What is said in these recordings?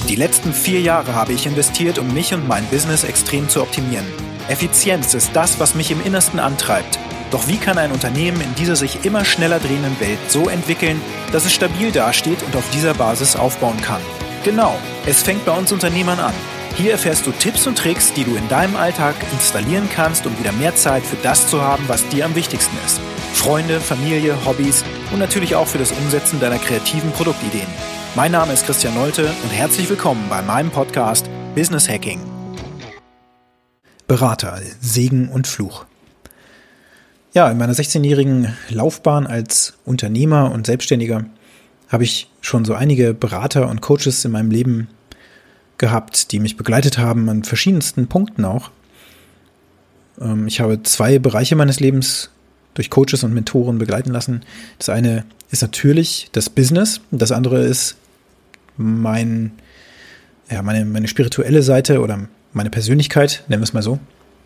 Die letzten 4 Jahre habe ich investiert, um mich und mein Business extrem zu optimieren. Effizienz ist das, was mich im Innersten antreibt. Doch wie kann ein Unternehmen in dieser sich immer schneller drehenden Welt so entwickeln, dass es stabil dasteht und auf dieser Basis aufbauen kann? Genau, es fängt bei uns Unternehmern an. Hier erfährst du Tipps und Tricks, die du in deinem Alltag installieren kannst, um wieder mehr Zeit für das zu haben, was dir am wichtigsten ist. Freunde, Familie, Hobbys und natürlich auch für das Umsetzen deiner kreativen Produktideen. Mein Name ist Christian Nolte und herzlich willkommen bei meinem Podcast Business Hacking. Berater, Segen und Fluch. Ja, in meiner 16-jährigen Laufbahn als Unternehmer und Selbstständiger habe ich schon so einige Berater und Coaches in meinem Leben gehabt, die mich begleitet haben an verschiedensten Punkten auch. Ich habe 2 Bereiche meines Lebens durch Coaches und Mentoren begleiten lassen. Das eine ist natürlich das Business, das andere ist meine spirituelle Seite oder meine Persönlichkeit, nennen wir es mal so.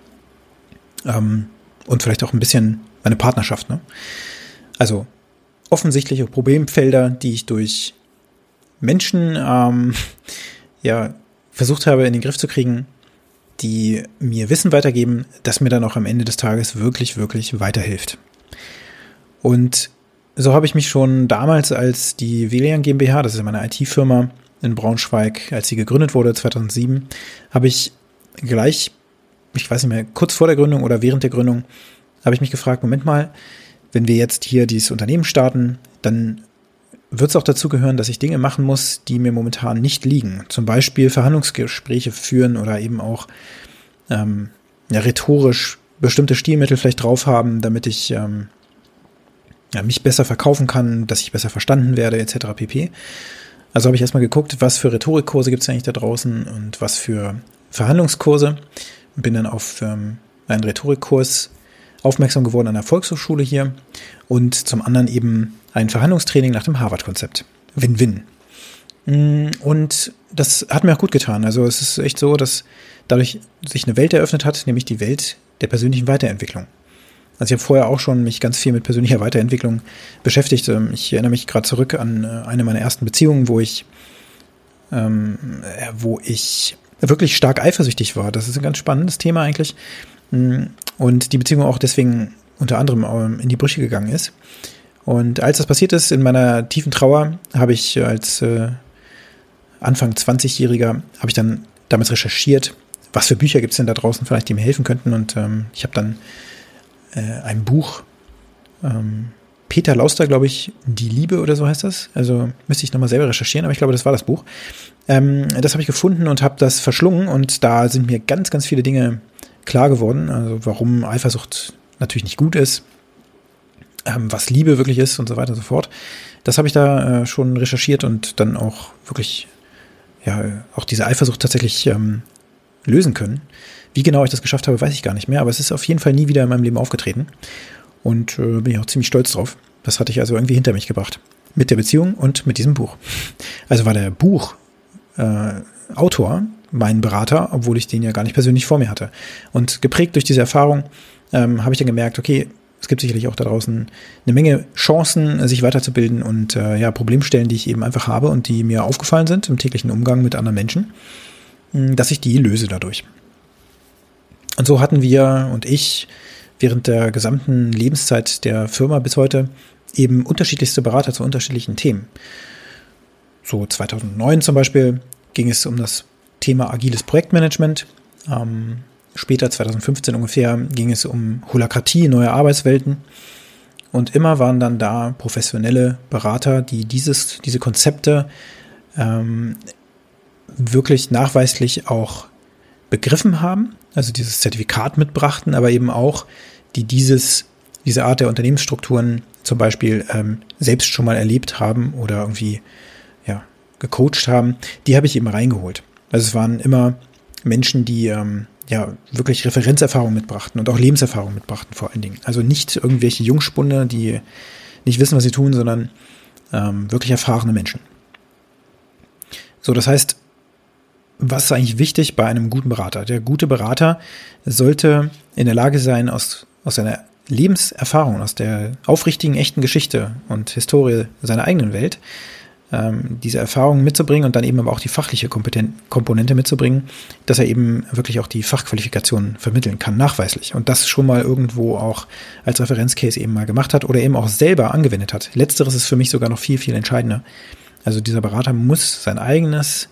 Und vielleicht auch ein bisschen meine Partnerschaft. Ne? Also offensichtliche Problemfelder, die ich durch Menschen versucht habe in den Griff zu kriegen, die mir Wissen weitergeben, das mir dann auch am Ende des Tages wirklich, wirklich weiterhilft. Und so habe ich mich schon damals, als die Velian GmbH, das ist meine IT-Firma in Braunschweig, als sie gegründet wurde, 2007, habe ich gleich, ich weiß nicht mehr, kurz vor der Gründung oder während der Gründung, habe ich mich gefragt, Moment mal, wenn wir jetzt hier dieses Unternehmen starten, dann wird es auch dazu gehören, dass ich Dinge machen muss, die mir momentan nicht liegen. Zum Beispiel Verhandlungsgespräche führen oder eben auch rhetorisch bestimmte Stilmittel vielleicht drauf haben, damit ich mich besser verkaufen kann, dass ich besser verstanden werde, etc. pp. Also habe ich erstmal geguckt, was für Rhetorikkurse gibt es eigentlich da draußen und was für Verhandlungskurse. Bin dann auf einen Rhetorikkurs aufmerksam geworden an der Volkshochschule hier und zum anderen eben ein Verhandlungstraining nach dem Harvard-Konzept. Win-Win. Und das hat mir auch gut getan. Also es ist echt so, dass dadurch sich eine Welt eröffnet hat, nämlich die Welt der persönlichen Weiterentwicklung. Also ich habe vorher auch schon mich ganz viel mit persönlicher Weiterentwicklung beschäftigt. Ich erinnere mich gerade zurück an eine meiner ersten Beziehungen, wo ich wirklich stark eifersüchtig war. Das ist ein ganz spannendes Thema eigentlich. Und die Beziehung auch deswegen unter anderem in die Brüche gegangen ist. Und als das passiert ist, in meiner tiefen Trauer, habe ich als Anfang 20-Jähriger, habe ich dann damals recherchiert, was für Bücher gibt es denn da draußen vielleicht, die mir helfen könnten. Und ich habe dann ein Buch, Peter Lauster, glaube ich, Die Liebe oder so heißt das. Also müsste ich nochmal selber recherchieren, aber ich glaube, das war das Buch. Das habe ich gefunden und habe das verschlungen und da sind mir ganz, ganz viele Dinge klar geworden. Also warum Eifersucht natürlich nicht gut ist, was Liebe wirklich ist und so weiter und so fort. Das habe ich da schon recherchiert und dann auch wirklich, auch diese Eifersucht tatsächlich lösen können. Wie genau ich das geschafft habe, weiß ich gar nicht mehr, aber es ist auf jeden Fall nie wieder in meinem Leben aufgetreten. Und bin ich auch ziemlich stolz drauf. Das hatte ich also irgendwie hinter mich gebracht. Mit der Beziehung und mit diesem Buch. Also war der Buchautor mein Berater, obwohl ich den ja gar nicht persönlich vor mir hatte. Und geprägt durch diese Erfahrung habe ich dann gemerkt, okay, es gibt sicherlich auch da draußen eine Menge Chancen, sich weiterzubilden und Problemstellen, die ich eben einfach habe und die mir aufgefallen sind im täglichen Umgang mit anderen Menschen, dass ich die löse dadurch. Und so hatten wir und ich während der gesamten Lebenszeit der Firma bis heute eben unterschiedlichste Berater zu unterschiedlichen Themen. So 2009 zum Beispiel ging es um das Thema agiles Projektmanagement. Später, 2015 ungefähr, ging es um Holakratie, neue Arbeitswelten. Und immer waren dann da professionelle Berater, die diese Konzepte wirklich nachweislich auch begriffen haben, also dieses Zertifikat mitbrachten, aber eben auch, die diese Art der Unternehmensstrukturen zum Beispiel selbst schon mal erlebt haben oder irgendwie gecoacht haben, die habe ich eben reingeholt. Also es waren immer Menschen, die wirklich Referenzerfahrung mitbrachten und auch Lebenserfahrung mitbrachten vor allen Dingen. Also nicht irgendwelche Jungspunde, die nicht wissen, was sie tun, sondern wirklich erfahrene Menschen. So, das heißt, was ist eigentlich wichtig bei einem guten Berater? Der gute Berater sollte in der Lage sein, aus seiner Lebenserfahrung, aus der aufrichtigen, echten Geschichte und Historie seiner eigenen Welt, diese Erfahrung mitzubringen und dann eben aber auch die fachliche Komponente mitzubringen, dass er eben wirklich auch die Fachqualifikation vermitteln kann, nachweislich. Und das schon mal irgendwo auch als Referenzcase eben mal gemacht hat oder eben auch selber angewendet hat. Letzteres ist für mich sogar noch viel, viel entscheidender. Also dieser Berater muss sein eigenes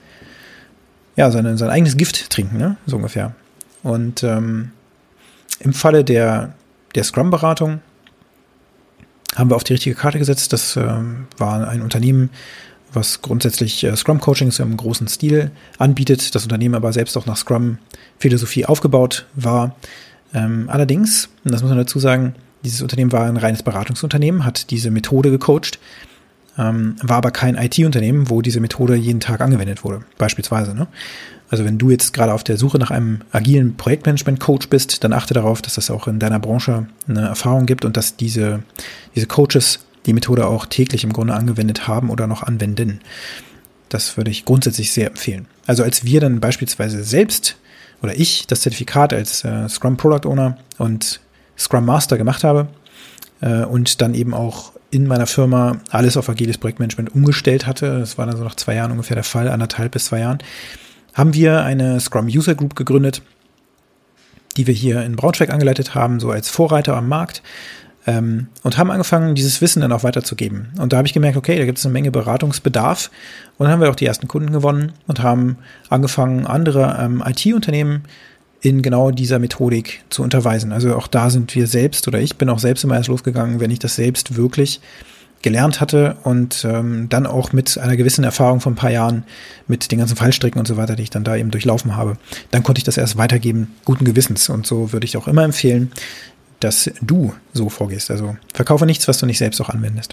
Gift trinken, ne? So ungefähr. Und im Falle der Scrum-Beratung haben wir auf die richtige Karte gesetzt. Das war ein Unternehmen, was grundsätzlich Scrum-Coachings im großen Stil anbietet. Das Unternehmen aber selbst auch nach Scrum-Philosophie aufgebaut war. Allerdings, und das muss man dazu sagen, dieses Unternehmen war ein reines Beratungsunternehmen, hat diese Methode gecoacht, war aber kein IT-Unternehmen, wo diese Methode jeden Tag angewendet wurde, beispielsweise. Ne? Also wenn du jetzt gerade auf der Suche nach einem agilen Projektmanagement-Coach bist, dann achte darauf, dass das auch in deiner Branche eine Erfahrung gibt und dass diese Coaches die Methode auch täglich im Grunde angewendet haben oder noch anwenden. Das würde ich grundsätzlich sehr empfehlen. Also als wir dann beispielsweise selbst oder ich das Zertifikat als Scrum Product Owner und Scrum Master gemacht habe und dann eben auch in meiner Firma alles auf agiles Projektmanagement umgestellt hatte, das war dann so nach 2 Jahren ungefähr der Fall, 1,5 bis 2 Jahren, haben wir eine Scrum User Group gegründet, die wir hier in Braunschweig angeleitet haben, so als Vorreiter am Markt. Und haben angefangen, dieses Wissen dann auch weiterzugeben. Und da habe ich gemerkt, okay, da gibt es eine Menge Beratungsbedarf. Und dann haben wir auch die ersten Kunden gewonnen und haben angefangen, andere IT-Unternehmen in genau dieser Methodik zu unterweisen. Also auch da sind wir selbst, oder ich bin auch selbst immer erst losgegangen, wenn ich das selbst wirklich gelernt hatte und dann auch mit einer gewissen Erfahrung von ein paar Jahren mit den ganzen Fallstricken und so weiter, die ich dann da eben durchlaufen habe. Dann konnte ich das erst weitergeben, guten Gewissens. Und so würde ich auch immer empfehlen, dass du so vorgehst. Also verkaufe nichts, was du nicht selbst auch anwendest.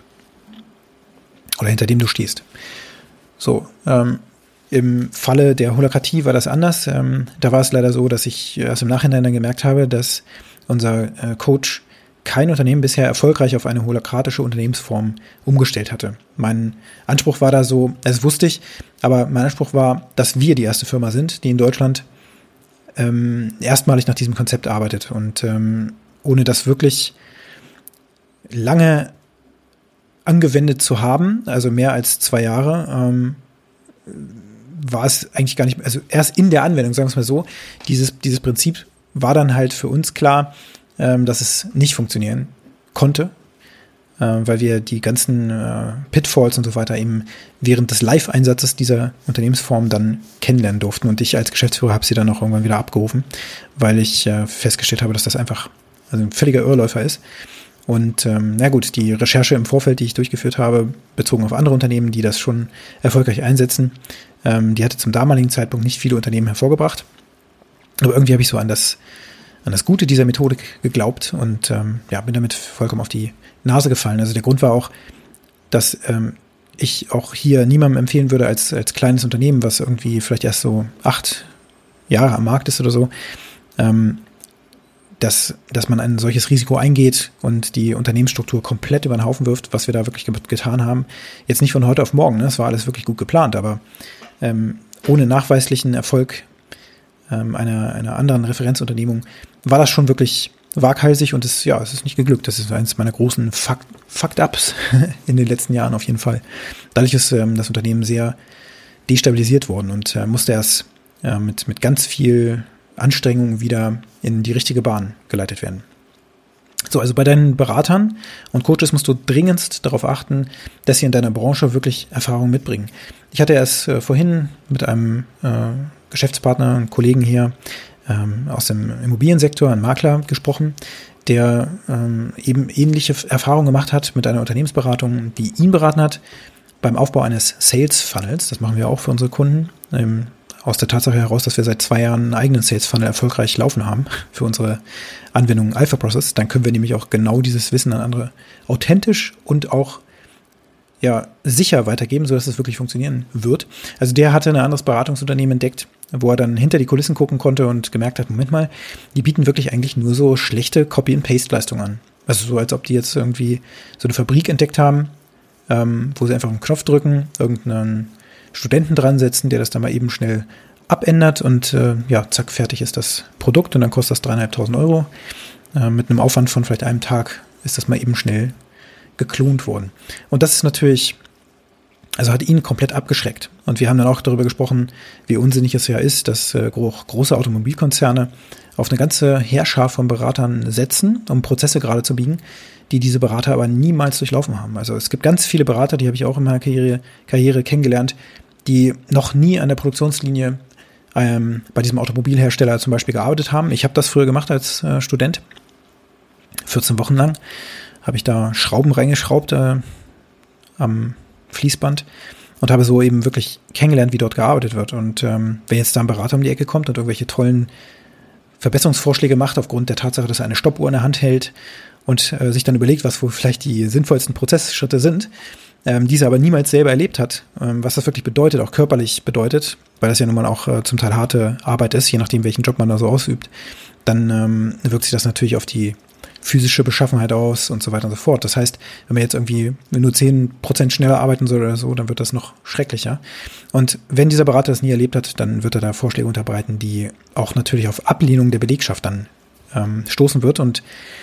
Oder hinter dem du stehst. So, im Falle der Holacratie war das anders. Da war es leider so, dass ich erst im Nachhinein dann gemerkt habe, dass unser Coach kein Unternehmen bisher erfolgreich auf eine holacratische Unternehmensform umgestellt hatte. Mein Anspruch war da so, das wusste ich, aber mein Anspruch war, dass wir die erste Firma sind, die in Deutschland erstmalig nach diesem Konzept arbeitet. Und ohne das wirklich lange angewendet zu haben, also mehr als 2 Jahre, war es eigentlich gar nicht, also erst in der Anwendung, sagen wir es mal so, dieses Prinzip war dann halt für uns klar, dass es nicht funktionieren konnte, weil wir die ganzen Pitfalls und so weiter eben während des Live-Einsatzes dieser Unternehmensform dann kennenlernen durften. Und ich als Geschäftsführer habe sie dann auch irgendwann wieder abgerufen, weil ich festgestellt habe, dass das einfach ein völliger Irrläufer ist. Und na gut, die Recherche im Vorfeld, die ich durchgeführt habe, bezogen auf andere Unternehmen, die das schon erfolgreich einsetzen, die hatte zum damaligen Zeitpunkt nicht viele Unternehmen hervorgebracht. Aber irgendwie habe ich so an das Gute dieser Methodik geglaubt und bin damit vollkommen auf die Nase gefallen. Also der Grund war auch, dass ich auch hier niemandem empfehlen würde als kleines Unternehmen, was irgendwie vielleicht erst so 8 Jahre am Markt ist oder so, dass man ein solches Risiko eingeht und die Unternehmensstruktur komplett über den Haufen wirft, was wir da wirklich getan haben. Jetzt nicht von heute auf morgen, ne? Das war alles wirklich gut geplant, aber ohne nachweislichen Erfolg einer anderen Referenzunternehmung war das schon wirklich waghalsig und es ist nicht geglückt. Das ist eines meiner großen Fucked-Ups in den letzten Jahren auf jeden Fall. Dadurch ist das Unternehmen sehr destabilisiert worden und musste erst mit ganz viel Anstrengung wieder in die richtige Bahn geleitet werden. So, also bei deinen Beratern und Coaches musst du dringendst darauf achten, dass sie in deiner Branche wirklich Erfahrung mitbringen. Ich hatte erst vorhin mit einem Geschäftspartner, einem Kollegen hier aus dem Immobiliensektor, einem Makler, gesprochen, der eben ähnliche Erfahrungen gemacht hat mit einer Unternehmensberatung, die ihn beraten hat beim Aufbau eines Sales Funnels. Das machen wir auch für unsere Kunden. Aus der Tatsache heraus, dass wir seit 2 Jahren einen eigenen Sales Funnel erfolgreich laufen haben für unsere Anwendung Alpha Process, dann können wir nämlich auch genau dieses Wissen an andere authentisch und auch sicher weitergeben, sodass es wirklich funktionieren wird. Also der hatte ein anderes Beratungsunternehmen entdeckt, wo er dann hinter die Kulissen gucken konnte und gemerkt hat, Moment mal, die bieten wirklich eigentlich nur so schlechte Copy-and-Paste-Leistungen an. Also so, als ob die jetzt irgendwie so eine Fabrik entdeckt haben, wo sie einfach einen Knopf drücken, irgendeinen Studenten dran setzen, der das dann mal eben schnell abändert und zack, fertig ist das Produkt und dann kostet das 3.500 Euro. Mit einem Aufwand von vielleicht einem Tag ist das mal eben schnell geklont worden. Und das ist natürlich Also hat ihn komplett abgeschreckt. Und wir haben dann auch darüber gesprochen, wie unsinnig es ja ist, dass große Automobilkonzerne auf eine ganze Heerschar von Beratern setzen, um Prozesse gerade zu biegen, die diese Berater aber niemals durchlaufen haben. Also es gibt ganz viele Berater, die habe ich auch in meiner Karriere kennengelernt, die noch nie an der Produktionslinie bei diesem Automobilhersteller zum Beispiel gearbeitet haben. Ich habe das früher gemacht als Student. 14 Wochen lang habe ich da Schrauben reingeschraubt am Fließband und habe so eben wirklich kennengelernt, wie dort gearbeitet wird. Und wenn jetzt da ein Berater um die Ecke kommt und irgendwelche tollen Verbesserungsvorschläge macht, aufgrund der Tatsache, dass er eine Stoppuhr in der Hand hält und sich dann überlegt, was wohl vielleicht die sinnvollsten Prozessschritte sind, diese aber niemals selber erlebt hat, was das wirklich bedeutet, auch körperlich bedeutet, weil das ja nun mal auch zum Teil harte Arbeit ist, je nachdem, welchen Job man da so ausübt, dann wirkt sich das natürlich auf die physische Beschaffenheit aus und so weiter und so fort. Das heißt, wenn man jetzt irgendwie nur 10% schneller arbeiten soll oder so, dann wird das noch schrecklicher. Und wenn dieser Berater das nie erlebt hat, dann wird er da Vorschläge unterbreiten, die auch natürlich auf Ablehnung der Belegschaft dann stoßen wird. Und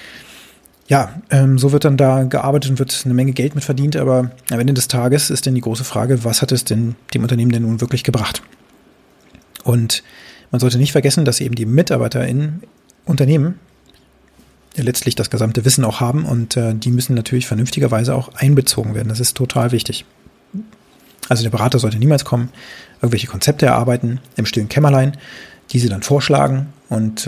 ja, so wird dann da gearbeitet und wird eine Menge Geld mit verdient, aber am Ende des Tages ist dann die große Frage, was hat es denn dem Unternehmen denn nun wirklich gebracht? Und man sollte nicht vergessen, dass eben die Mitarbeiter in Unternehmen letztlich das gesamte Wissen auch haben und die müssen natürlich vernünftigerweise auch einbezogen werden. Das ist total wichtig. Also der Berater sollte niemals kommen, irgendwelche Konzepte erarbeiten im stillen Kämmerlein, diese dann vorschlagen und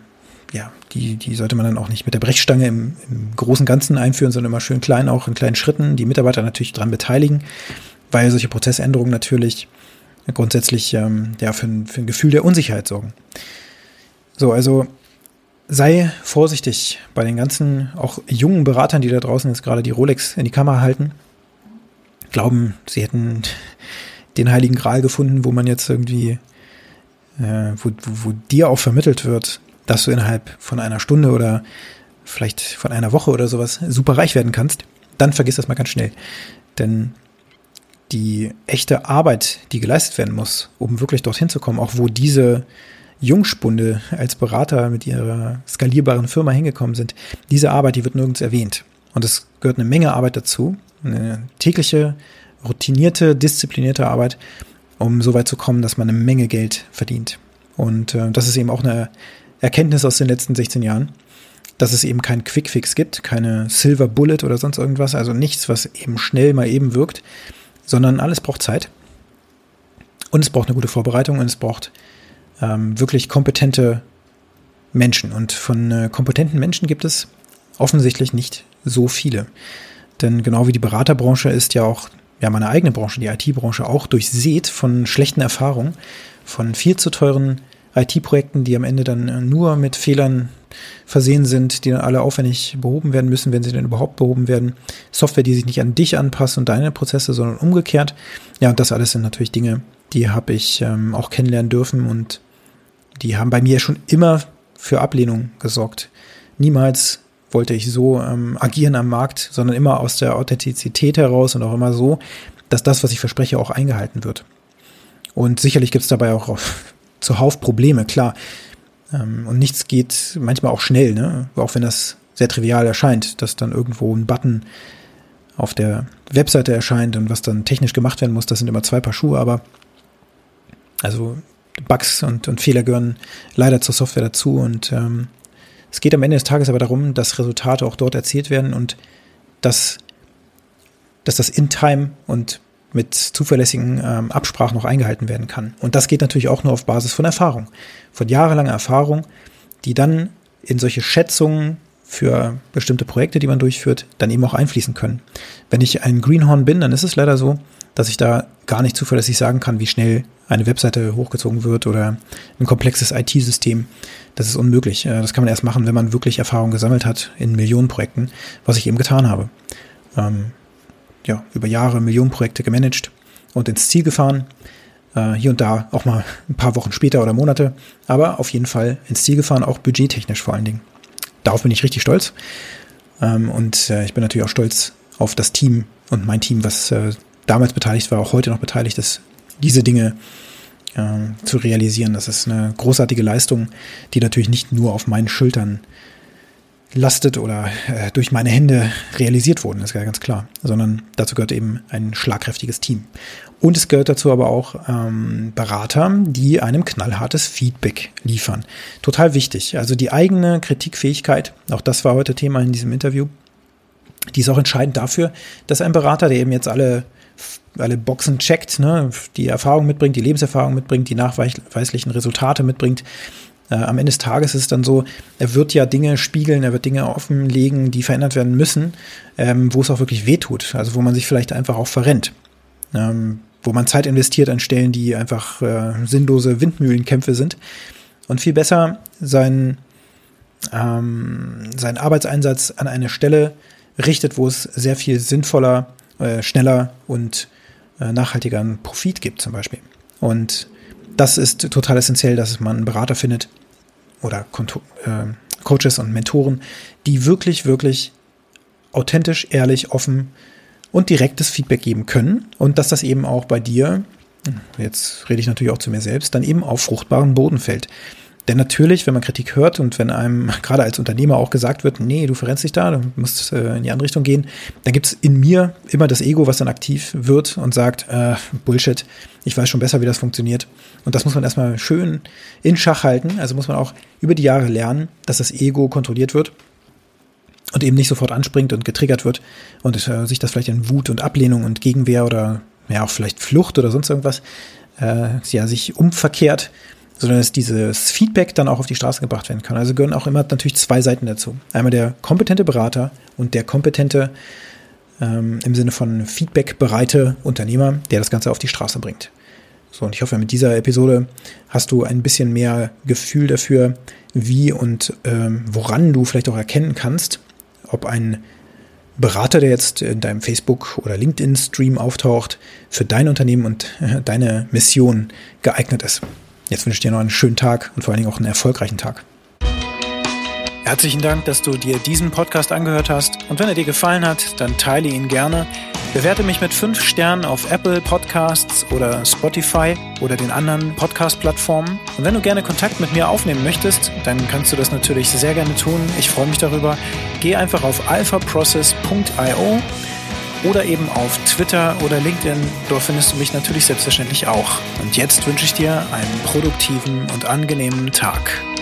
die sollte man dann auch nicht mit der Brechstange im großen Ganzen einführen, sondern immer schön klein, auch in kleinen Schritten, die Mitarbeiter natürlich daran beteiligen, weil solche Prozessänderungen natürlich grundsätzlich für ein Gefühl der Unsicherheit sorgen. So, also sei vorsichtig bei den ganzen, auch jungen Beratern, die da draußen jetzt gerade die Rolex in die Kamera halten, glauben, sie hätten den heiligen Gral gefunden, wo man jetzt irgendwie, wo dir auch vermittelt wird, dass du innerhalb von einer Stunde oder vielleicht von einer Woche oder sowas super reich werden kannst, dann vergiss das mal ganz schnell. Denn die echte Arbeit, die geleistet werden muss, um wirklich dorthin zu kommen, auch wo diese Jungspunde als Berater mit ihrer skalierbaren Firma hingekommen sind, diese Arbeit, die wird nirgends erwähnt. Und es gehört eine Menge Arbeit dazu, eine tägliche, routinierte, disziplinierte Arbeit, um so weit zu kommen, dass man eine Menge Geld verdient. Und das ist eben auch eine Erkenntnis aus den letzten 16 Jahren, dass es eben keinen Quickfix gibt, keine Silver Bullet oder sonst irgendwas, also nichts, was eben schnell mal eben wirkt, sondern alles braucht Zeit. Und es braucht eine gute Vorbereitung und es braucht wirklich kompetente Menschen. Und von kompetenten Menschen gibt es offensichtlich nicht so viele. Denn genau wie die Beraterbranche ist ja auch meine eigene Branche, die IT-Branche, auch durchsät von schlechten Erfahrungen, von viel zu teuren IT-Projekten, die am Ende dann nur mit Fehlern versehen sind, die dann alle aufwendig behoben werden müssen, wenn sie denn überhaupt behoben werden. Software, die sich nicht an dich anpasst und deine Prozesse, sondern umgekehrt. Ja, und das alles sind natürlich Dinge, die habe ich auch kennenlernen dürfen und die haben bei mir schon immer für Ablehnung gesorgt. Niemals wollte ich so agieren am Markt, sondern immer aus der Authentizität heraus und auch immer so, dass das, was ich verspreche, auch eingehalten wird. Und sicherlich gibt es dabei auch zuhauf Probleme, klar. Und nichts geht manchmal auch schnell, ne? Auch wenn das sehr trivial erscheint, dass dann irgendwo ein Button auf der Webseite erscheint und was dann technisch gemacht werden muss, das sind immer 2 Paar Schuhe, aber also Bugs und Fehler gehören leider zur Software dazu und es geht am Ende des Tages aber darum, dass Resultate auch dort erzielt werden und dass das in Time und mit zuverlässigen Absprachen noch eingehalten werden kann. Und das geht natürlich auch nur auf Basis von Erfahrung, von jahrelanger Erfahrung, die dann in solche Schätzungen für bestimmte Projekte, die man durchführt, dann eben auch einfließen können. Wenn ich ein Greenhorn bin, dann ist es leider so, dass ich da gar nicht zuverlässig sagen kann, wie schnell eine Webseite hochgezogen wird oder ein komplexes IT-System. Das ist unmöglich. Das kann man erst machen, wenn man wirklich Erfahrung gesammelt hat in Millionenprojekten, was ich eben getan habe. Über Jahre Millionenprojekte gemanagt und ins Ziel gefahren. Hier und da auch mal ein paar Wochen später oder Monate, aber auf jeden Fall ins Ziel gefahren, auch budgettechnisch vor allen Dingen. Darauf bin ich richtig stolz. Und ich bin natürlich auch stolz auf das Team und mein Team, was damals beteiligt war, auch heute noch beteiligt ist, diese Dinge zu realisieren. Das ist eine großartige Leistung, die natürlich nicht nur auf meinen Schultern lastet oder durch meine Hände realisiert wurden, das ist ja ganz klar, sondern dazu gehört eben ein schlagkräftiges Team. Und es gehört dazu aber auch Berater, die einem knallhartes Feedback liefern. Total wichtig. Also die eigene Kritikfähigkeit, auch das war heute Thema in diesem Interview, die ist auch entscheidend dafür, dass ein Berater, der eben jetzt alle Boxen checkt, ne, die Erfahrung mitbringt, die Lebenserfahrung mitbringt, die nachweislichen Resultate mitbringt. Am Ende des Tages ist es dann so, er wird ja Dinge spiegeln, er wird Dinge offenlegen, die verändert werden müssen, wo es auch wirklich wehtut, also wo man sich vielleicht einfach auch verrennt. Wo man Zeit investiert an Stellen, die einfach sinnlose Windmühlenkämpfe sind. Und viel besser seinen Arbeitseinsatz an eine Stelle richtet, wo es sehr viel sinnvoller, schneller und nachhaltigeren Profit gibt zum Beispiel. Und das ist total essentiell, dass man einen Berater findet oder Coaches und Mentoren, die wirklich, wirklich authentisch, ehrlich, offen und direktes Feedback geben können und dass das eben auch bei dir, jetzt rede ich natürlich auch zu mir selbst, dann eben auf fruchtbaren Boden fällt. Denn natürlich, wenn man Kritik hört und wenn einem gerade als Unternehmer auch gesagt wird, nee, du verrennst dich da, du musst in die andere Richtung gehen, dann gibt es in mir immer das Ego, was dann aktiv wird und sagt, Bullshit, ich weiß schon besser, wie das funktioniert. Und das muss man erstmal schön in Schach halten. Also muss man auch über die Jahre lernen, dass das Ego kontrolliert wird und eben nicht sofort anspringt und getriggert wird und sich das vielleicht in Wut und Ablehnung und Gegenwehr oder ja auch vielleicht Flucht oder sonst irgendwas sich umverkehrt, sondern dass dieses Feedback dann auch auf die Straße gebracht werden kann. Also gehören auch immer natürlich zwei Seiten dazu. Einmal der kompetente Berater und der kompetente, im Sinne von feedbackbereite Unternehmer, der das Ganze auf die Straße bringt. So, und ich hoffe, mit dieser Episode hast du ein bisschen mehr Gefühl dafür, wie und woran du vielleicht auch erkennen kannst, ob ein Berater, der jetzt in deinem Facebook- oder LinkedIn-Stream auftaucht, für dein Unternehmen und deine Mission geeignet ist. Jetzt wünsche ich dir noch einen schönen Tag und vor allen Dingen auch einen erfolgreichen Tag. Herzlichen Dank, dass du dir diesen Podcast angehört hast. Und wenn er dir gefallen hat, dann teile ihn gerne. Bewerte mich mit 5 Sternen auf Apple Podcasts oder Spotify oder den anderen Podcast-Plattformen. Und wenn du gerne Kontakt mit mir aufnehmen möchtest, dann kannst du das natürlich sehr gerne tun. Ich freue mich darüber. Geh einfach auf alphaprocess.io oder eben auf Twitter oder LinkedIn. Dort findest du mich natürlich selbstverständlich auch. Und jetzt wünsche ich dir einen produktiven und angenehmen Tag.